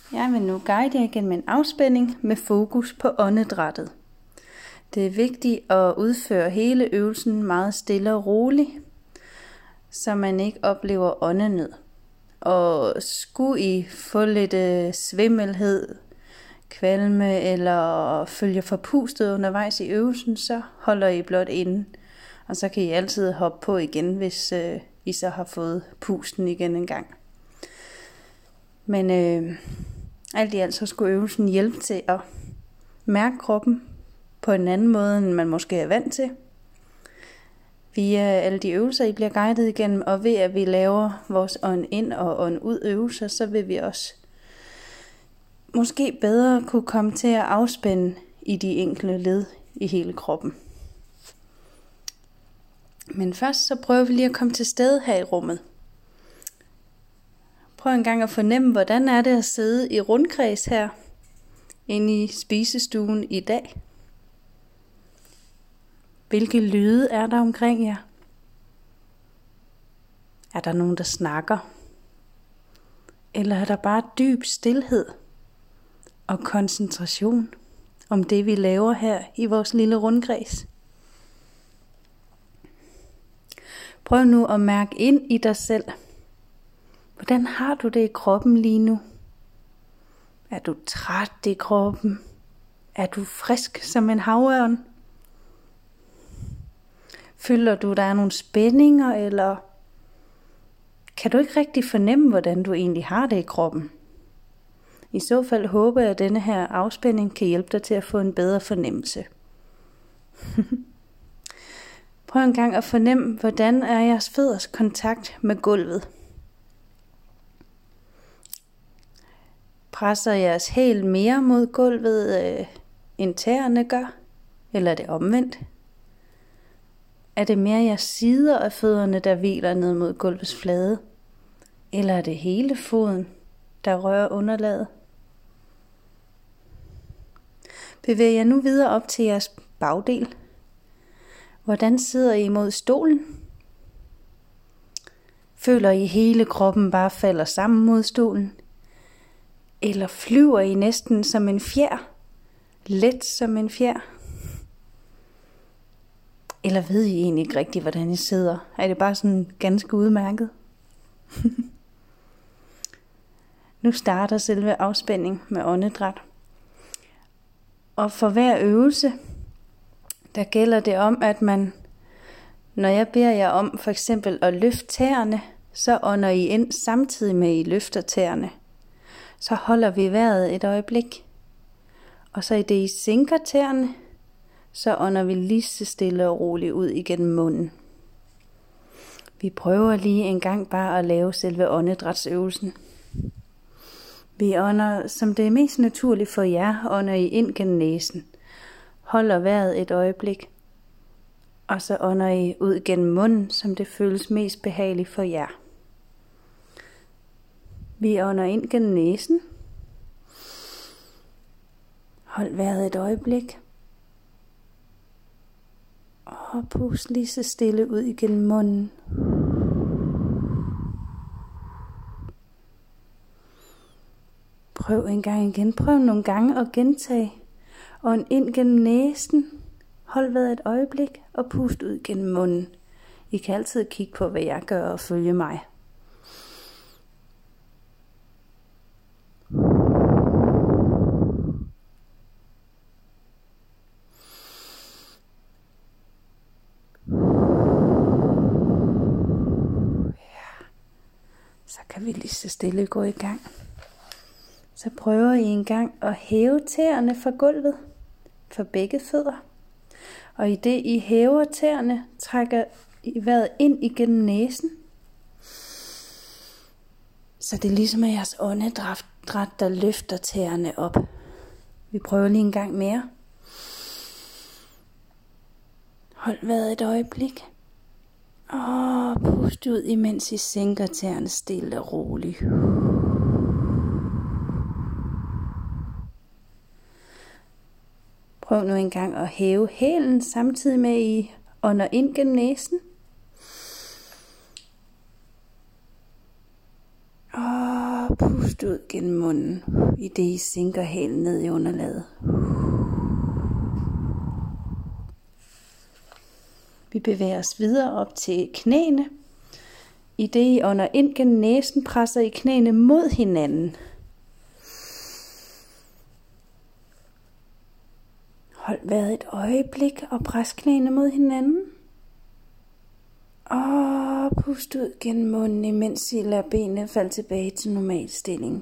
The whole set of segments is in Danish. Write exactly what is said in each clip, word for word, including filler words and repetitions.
Jeg vil nu guide jer igennem en afspænding med fokus på åndedrættet. Det er vigtigt at udføre hele øvelsen meget stille og roligt, så man ikke oplever åndenød. Og skulle I få lidt øh, svimmelhed, kvalme eller følge forpustet undervejs i øvelsen, så holder I blot inde. Og så kan I altid hoppe på igen, hvis øh, I så har fået pusten igen en gang. Men øh, alt i alt så skulle øvelsen hjælpe til at mærke kroppen på en anden måde, end man måske er vant til. Via alle de øvelser, I bliver guidet igennem, og ved at vi laver vores ånd ind og ånd ud øvelser, så vil vi også måske bedre kunne komme til at afspænde i de enkelte led i hele kroppen. Men først så prøver vi lige at komme til stede her i rummet. Prøv en gang at fornemme, hvordan er det at sidde i rundkreds her inde i spisestuen i dag. Hvilke lyde er der omkring jer? Er der nogen, der snakker? Eller er der bare dyb stilhed og koncentration om det, vi laver her i vores lille rundkreds? Prøv nu at mærke ind i dig selv. Hvordan har du det i kroppen lige nu? Er du træt i kroppen? Er du frisk som en havørn? Føler du, der er nogle spændinger, eller kan du ikke rigtig fornemme, hvordan du egentlig har det i kroppen? I så fald håber jeg, at denne her afspænding kan hjælpe dig til at få en bedre fornemmelse. Prøv en gang at fornemme, hvordan er jeres fødders kontakt med gulvet. Presser jeres hæl mere mod gulvet, øh, end tæerne gør? Eller er det omvendt? Er det mere jeres sider af fødderne, der hviler ned mod gulvets flade? Eller er det hele foden, der rører underlaget? Bevæg jer nu videre op til jeres bagdel. Hvordan sidder I mod stolen? Føler I hele kroppen bare falder sammen mod stolen? Eller flyver I næsten som en fjer? Let som en fjer? Eller ved I egentlig ikke rigtigt, hvordan I sidder? Er det bare sådan ganske udmærket? Nu starter selve afspænding med åndedræt. Og for hver øvelse, der gælder det om, at man, når jeg beder jer om for eksempel at løfte tæerne, så ånder I ind samtidig med, at I løfter tæerne. Så holder vi vejret et øjeblik. Og så i det, I sænker tæerne, så ånder vi lige så stille og roligt ud igennem munden. Vi prøver lige en gang bare at lave selve åndedrætsøvelsen. Vi ånder, som det er mest naturligt for jer, ånder I ind gennem næsen. Holder vejret et øjeblik. Og så ånder I ud gennem munden, som det føles mest behageligt for jer. Vi ånder ind gennem næsen. Hold vejret et øjeblik. Og pust lige så stille ud igennem munden. Prøv en gang igen. Prøv nogle gange at gentage. Ånd ind gennem næsen. Hold vejret et øjeblik og pust ud gennem munden. I kan altid kigge på, hvad jeg gør og følge mig. Så kan vi lige så stille gå i gang. Så prøver I en gang at hæve tæerne fra gulvet, for begge fødder. Og i det I hæver tæerne, trækker I vejret ind igennem næsen. Så det er ligesom at jeres åndedræt, der løfter tæerne op. Vi prøver lige en gang mere. Hold vejret et øjeblik. Og pust ud, imens I sænker tæerne stille og roligt. Prøv nu en gang at hæve hælen, samtidig med at I ånder ind gennem næsen. Og pust ud gennem munden, i det I sænker hælen ned i underlaget. Vi bevæger os videre op til knæene. I det I ånder ind gennem næsen, presser I knæene mod hinanden. Hold vejret et øjeblik og pres knæene mod hinanden. Og pust ud gennem munden, imens I lader benene falde tilbage til normal stilling.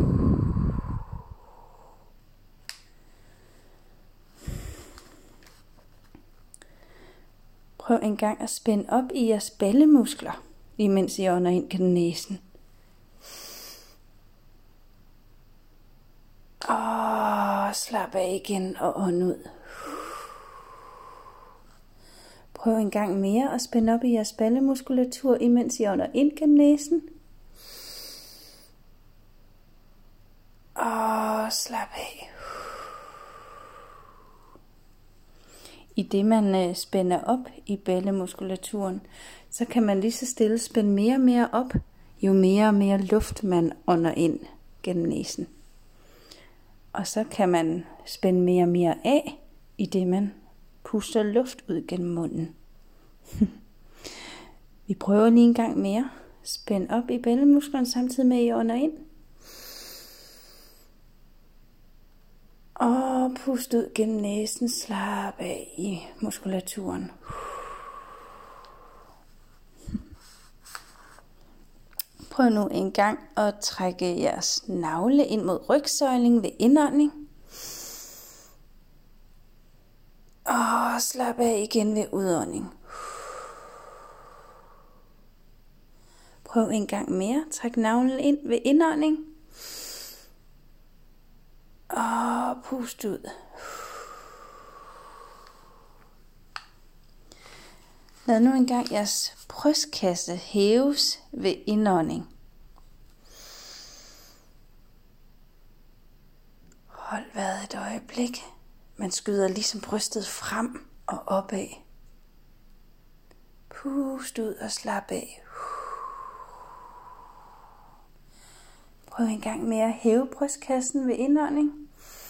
Prøv en gang at spænde op i jeres ballemuskler, imens I ånder ind gennem næsen. Og slap af igen og ånd ud. Prøv en gang mere at spænde op i jeres ballemuskulatur, imens I ånder ind gennem næsen. Og slap af. I det man spænder op i ballemuskulaturen, så kan man lige så stille spænde mere og mere op, jo mere og mere luft man ånder ind gennem næsen. Og så kan man spænde mere og mere af, i det man puster luft ud gennem munden. Vi prøver lige en gang mere. Spænd op i ballemusklerne samtidig med at I ånder ind. Og pust ud gennem næsen. Slap af i muskulaturen. Prøv nu en gang at trække jeres navle ind mod rygsøjlen ved indånding. Og slap af igen ved udånding. Prøv en gang mere. Træk navlen ind ved indånding. Og pust ud. Lad nu engang jeres brystkasse hæves ved indånding. Hold vejret et øjeblik. Man skyder ligesom brystet frem og opad. Pust ud og slap af. Prøv en gang mere at hæve brystkassen ved indånding.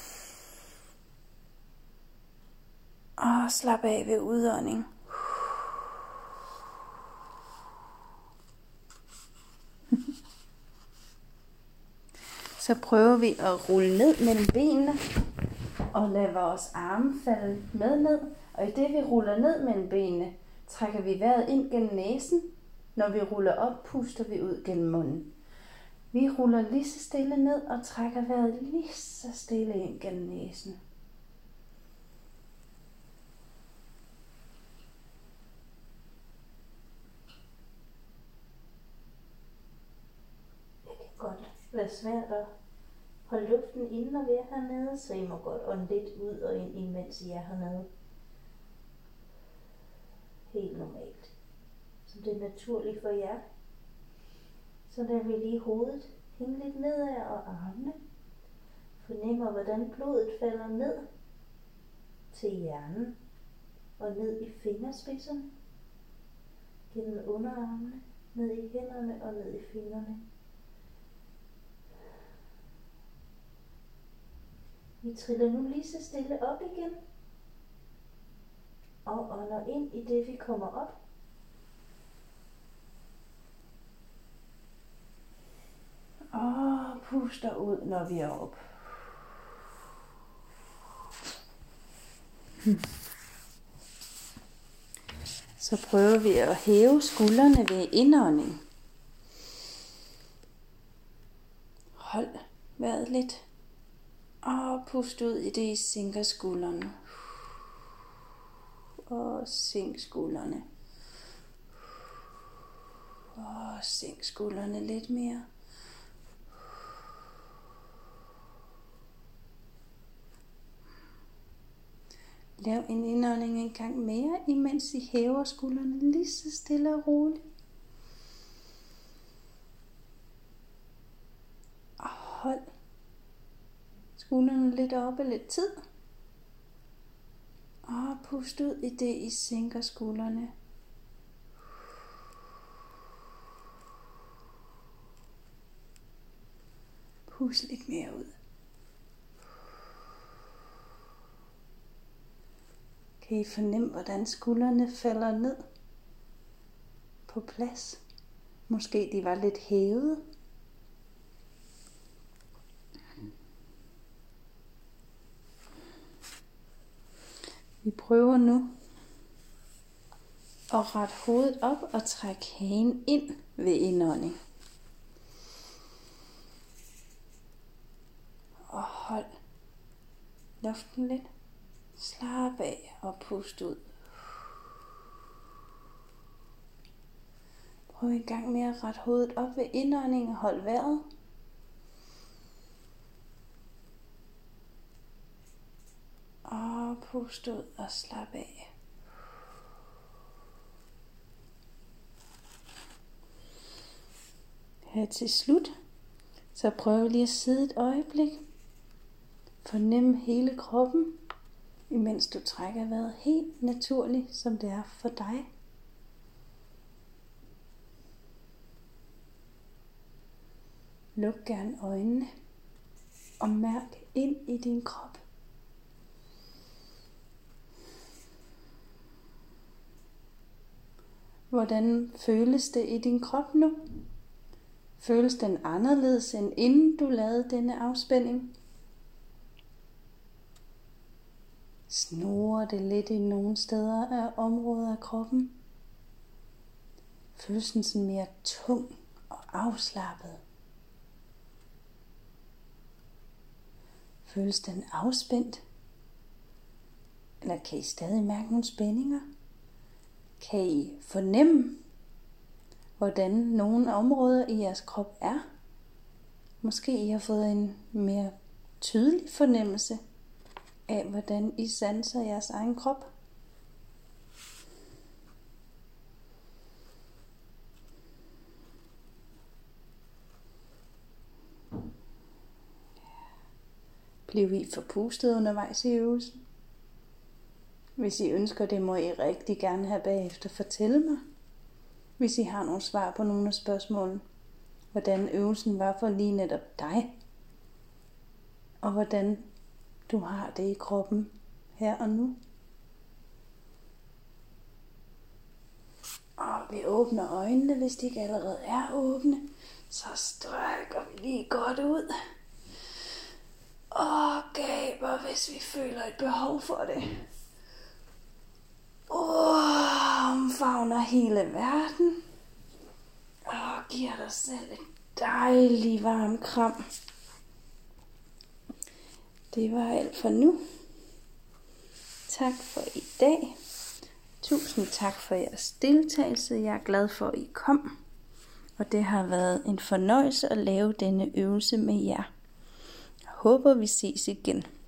Og slap af ved udånding. Så prøver vi at rulle ned mellem benene og lade vores arme falde med ned. Og i det vi ruller ned mellem benene, trækker vi vejret ind gennem næsen. Når vi ruller op, puster vi ud gennem munden. Vi ruller lige så stille ned og trækker vejret lige så stille ind gennem næsen. Det kan godt være svært at holde luften inde, når vi er hernede, så I må godt ånde lidt ud og ind, imens I er hernede. Helt normalt. Som det er naturligt for jer. Så lader vi lige hovedet hænge lidt nedad og armene. Fornemmer, hvordan blodet falder ned til hjernen og ned i fingerspidserne. Gennem underarmene, ned i hænderne og ned i fingrene. Vi triller nu lige så stille op igen. Og ånder ind i det, vi kommer op. Og puster ud, når vi er op. Så prøver vi at hæve skuldrene ved indånding. Hold vejret lidt. Og pust ud i det, I sænker skuldrene. Og sænk skuldrene. Og sænk skuldrene lidt mere. Lav en indånding en gang mere, imens I hæver skuldrene lige så stille og roligt. Og hold skuldrene lidt oppe lidt tid. Og pust ud i det, I sænker skuldrene. Pust lidt mere ud. Kan I fornemme, hvordan skuldrene falder ned på plads? Måske de var lidt hævet. Vi prøver nu at rette hovedet op og trække hagen ind ved indånding. Og hold luften lidt. Slap af og pust ud. Prøv en gang med at rette hovedet op ved indånding og hold vejret. Og pust ud og slap af. Her til slut, så prøv lige at sidde et øjeblik. Fornem hele kroppen, imens du trækker vejret helt naturligt, som det er for dig. Luk gerne øjnene og mærk ind i din krop. Hvordan føles det i din krop nu? Føles den anderledes end inden du lavede denne afspænding? Snurrer det lidt i nogle steder af området af kroppen? Føles den sådan mere tung og afslappet? Føles den afspændt? Eller kan I stadig mærke nogle spændinger? Kan I fornemme, hvordan nogle områder i jeres krop er? Måske I har fået en mere tydelig fornemmelse af, hvordan I sanser jeres egen krop. Bliv I forpustet undervejs i øvelsen? Hvis I ønsker det, må I rigtig gerne have bagefter fortælle mig, hvis I har nogle svar på nogle af spørgsmålene, hvordan øvelsen var for lige netop dig, og hvordan du har det i kroppen her og nu. Og vi åbner øjnene, hvis de ikke allerede er åbne, så strækker vi lige godt ud. Og gaber, hvis vi føler et behov for det. Oh, omfavner hele verden. Og giver dig selv et dejligt varmt kram. Det var alt for nu. Tak for i dag. Tusind tak for jeres deltagelse. Jeg er glad for, at I kom. Og det har været en fornøjelse at lave denne øvelse med jer. Jeg håber, vi ses igen.